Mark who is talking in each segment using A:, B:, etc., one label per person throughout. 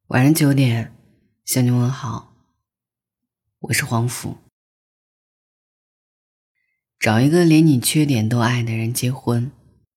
A: 晚上9点，向你问好，我是黄甫。找一个连你缺点都爱的人结婚。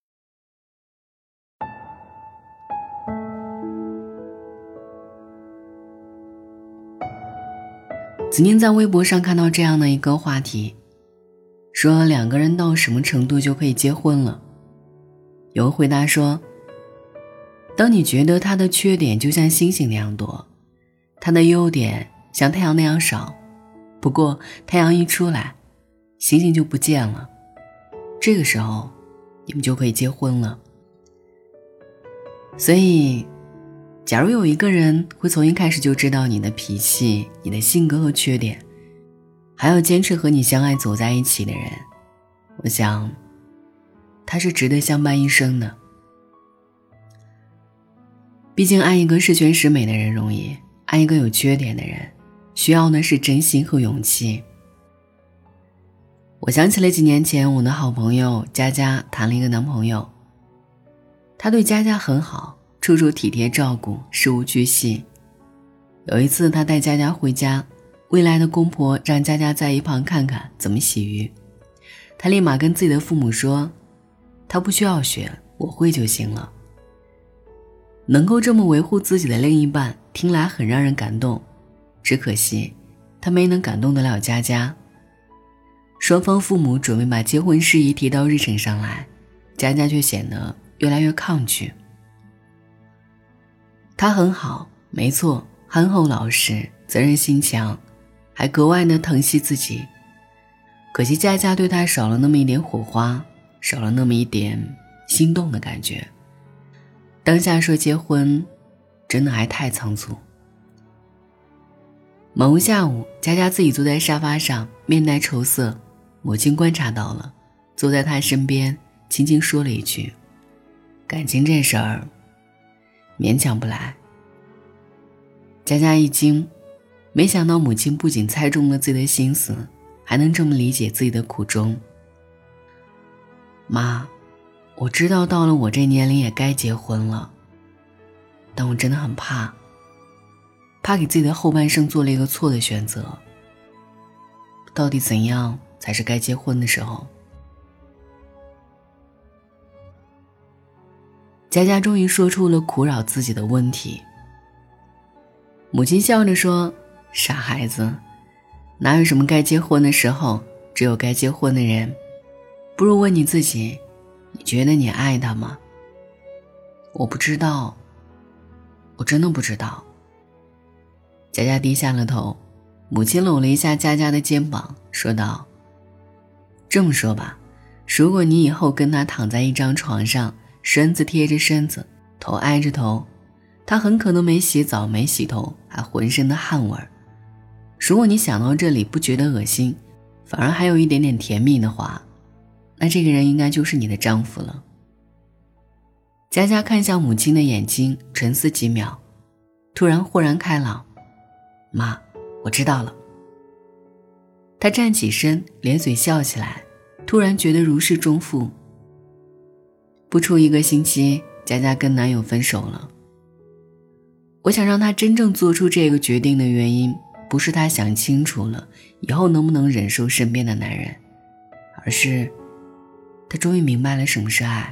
A: 曾经在微博上看到这样的一个话题，说两个人到什么程度就可以结婚了。有个回答说，当你觉得他的缺点就像星星那样多，他的优点像太阳那样少，不过太阳一出来，星星就不见了，这个时候你们就可以结婚了。所以假如有一个人会从一开始就知道你的脾气、你的性格和缺点，还要坚持和你相爱走在一起的人，我想他是值得相伴一生的。毕竟爱一个十全十美的人容易，爱一个有缺点的人需要的是真心和勇气。我想起了几年前我的好朋友佳佳谈了一个男朋友，他对佳佳很好，处处体贴照顾，事无巨细。有一次他带佳佳回家，未来的公婆让佳佳在一旁看看怎么洗鱼，他立马跟自己的父母说，他不需要学，我会就行了。能够这么维护自己的另一半，听来很让人感动，只可惜他没能感动得了佳佳。双方父母准备把结婚事宜提到日程上来，佳佳却显得越来越抗拒。他很好，没错，憨厚老实，责任心强，还格外的疼惜自己。可惜佳佳对他少了那么一点火花，少了那么一点心动的感觉。当下说结婚真的还太仓促。某下午，佳佳自己坐在沙发上，面带愁色，母亲观察到了，坐在她身边轻轻说了一句，感情这事儿勉强不来。佳佳一惊，没想到母亲不仅猜中了自己的心思，还能这么理解自己的苦衷。妈，我知道到了我这年龄也该结婚了，但我真的很怕给自己的后半生做了一个错的选择。到底怎样才是该结婚的时候？佳佳终于说出了苦扰自己的问题。母亲笑着说，傻孩子，哪有什么该结婚的时候，只有该结婚的人。不如问你自己，你觉得你爱他吗？我不知道，我真的不知道。佳佳低下了头，母亲搂了一下佳佳的肩膀，说道，这么说吧，如果你以后跟他躺在一张床上，身子贴着身子，头挨着头，他很可能没洗澡没洗头，还浑身的汗味儿。如果你想到这里不觉得恶心，反而还有一点点甜蜜的话，那这个人应该就是你的丈夫了。佳佳看向母亲的眼睛，沉思几秒，突然豁然开朗，妈，我知道了。她站起身，咧嘴笑起来，突然觉得如释重负。不出1个星期，佳佳跟男友分手了。我想让她真正做出这个决定的原因，不是她想清楚了以后能不能忍受身边的男人，而是她终于明白了什么是爱。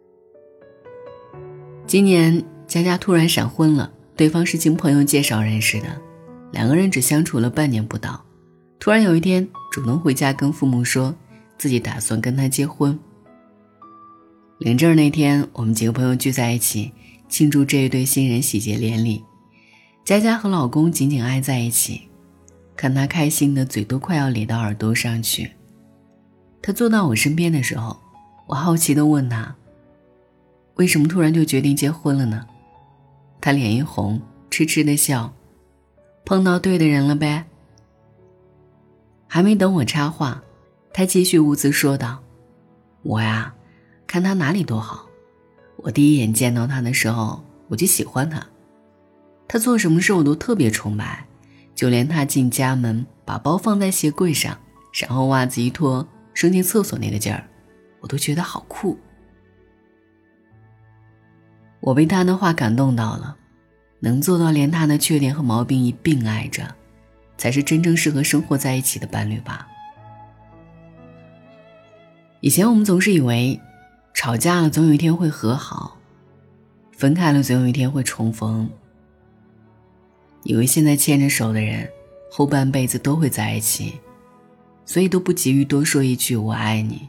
A: 今年佳佳突然闪婚了，对方是经朋友介绍认识的，两个人只相处了半年不到，突然有一天主动回家跟父母说自己打算跟他结婚。领证那天，我们几个朋友聚在一起庆祝这一对新人喜结连理。佳佳和老公紧紧挨在一起，看她开心的嘴都快要咧到耳朵上去。她坐到我身边的时候，我好奇地问她，为什么突然就决定结婚了呢？她脸一红，痴痴地笑，碰到对的人了呗。还没等我插话，她继续兀自说道，我呀，看他哪里都好，我第一眼见到他的时候我就喜欢他，他做什么事我都特别崇拜，就连他进家门把包放在鞋柜上，然后袜子一脱扔进厕所那个劲儿，我都觉得好酷。我被他的话感动到了， 能做到连他的缺点和毛病一并爱着，才是真正适合生活在一起的伴侣吧。以前我们总是以为吵架了总有一天会和好，分开了总有一天会重逢，以为现在牵着手的人后半辈子都会在一起，所以都不急于多说一句我爱你。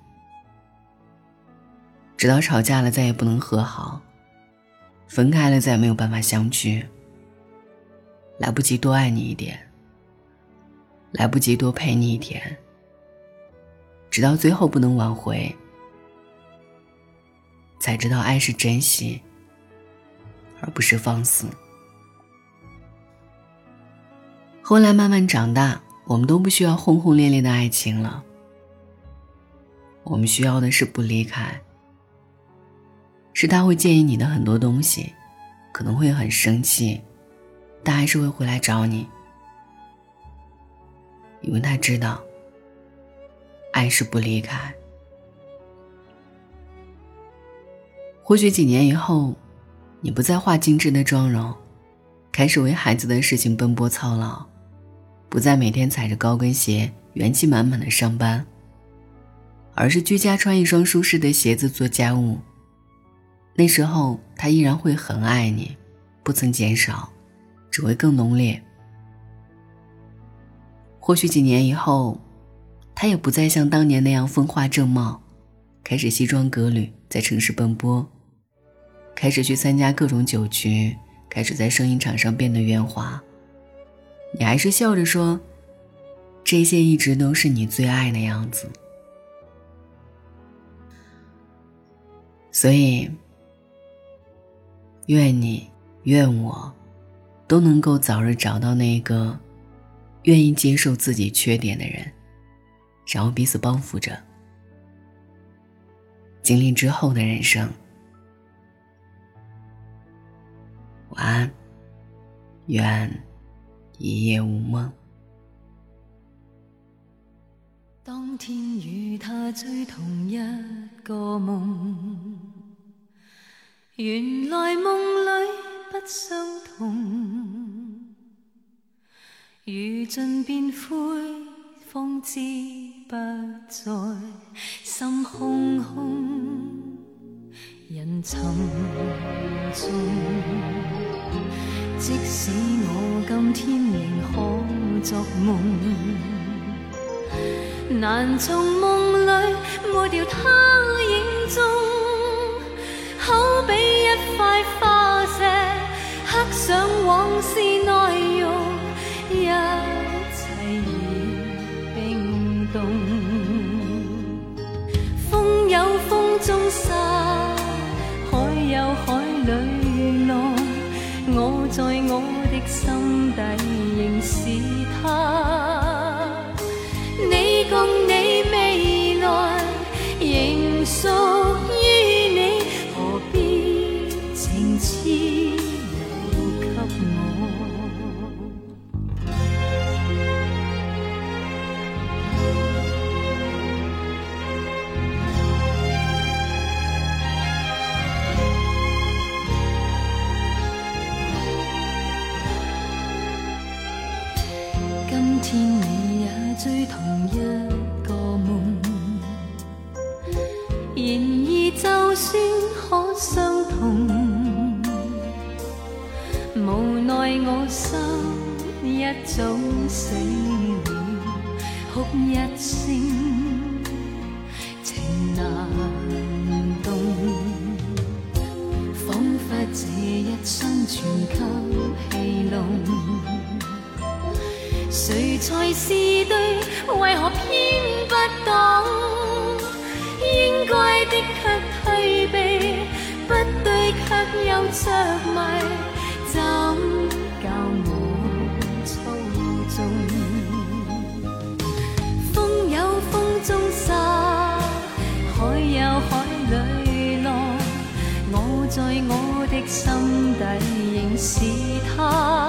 A: 直到吵架了再也不能和好，分开了再也没有办法相聚，来不及多爱你一点，来不及多陪你一天，直到最后不能挽回，才知道爱是珍惜，而不是放肆。后来慢慢长大，我们都不需要轰轰烈烈的爱情了，我们需要的是不离开，是他会介意你的很多东西，可能会很生气，但还是会回来找你，因为他知道爱是不离开。或许几年以后，你不再化精致的妆容，开始为孩子的事情奔波操劳，不再每天踩着高跟鞋元气满满的上班，而是居家穿一双舒适的鞋子做家务。那时候他依然会很爱你，不曾减少，只会更浓烈。或许几年以后，他也不再像当年那样风华正茂，开始西装革履在城市奔波，开始去参加各种酒局，开始在生意场上变得圆滑。你还是笑着说，这些一直都是你最爱的样子。所以愿你愿我都能够早日找到那个愿意接受自己缺点的人，然后彼此帮扶着，经历之后的人生。晚安，愿一夜无梦。
B: 當天與他追同一個夢，原來夢裏不相同，如盡變灰，方知不再心空空，人沉重。即使我今天仍可作夢，難從夢裏抹掉他影蹤，好比一塊花石刻上往事內容，一切已冰凍。風有風中沙，海有海裏浪，我在我的心底仍是他，你共你未來仍屬於你，何必情痴留給我。今天你也追同一個夢，然而就算可相同，無奈我心一早死了，哭一聲情難動，彷彿這一生全給戲弄。誰才是對，為何偏不懂？應該的卻退避，不對卻又着迷，怎教我操縱？風有風中沙，海有海裏浪，我在我的心底仍是他。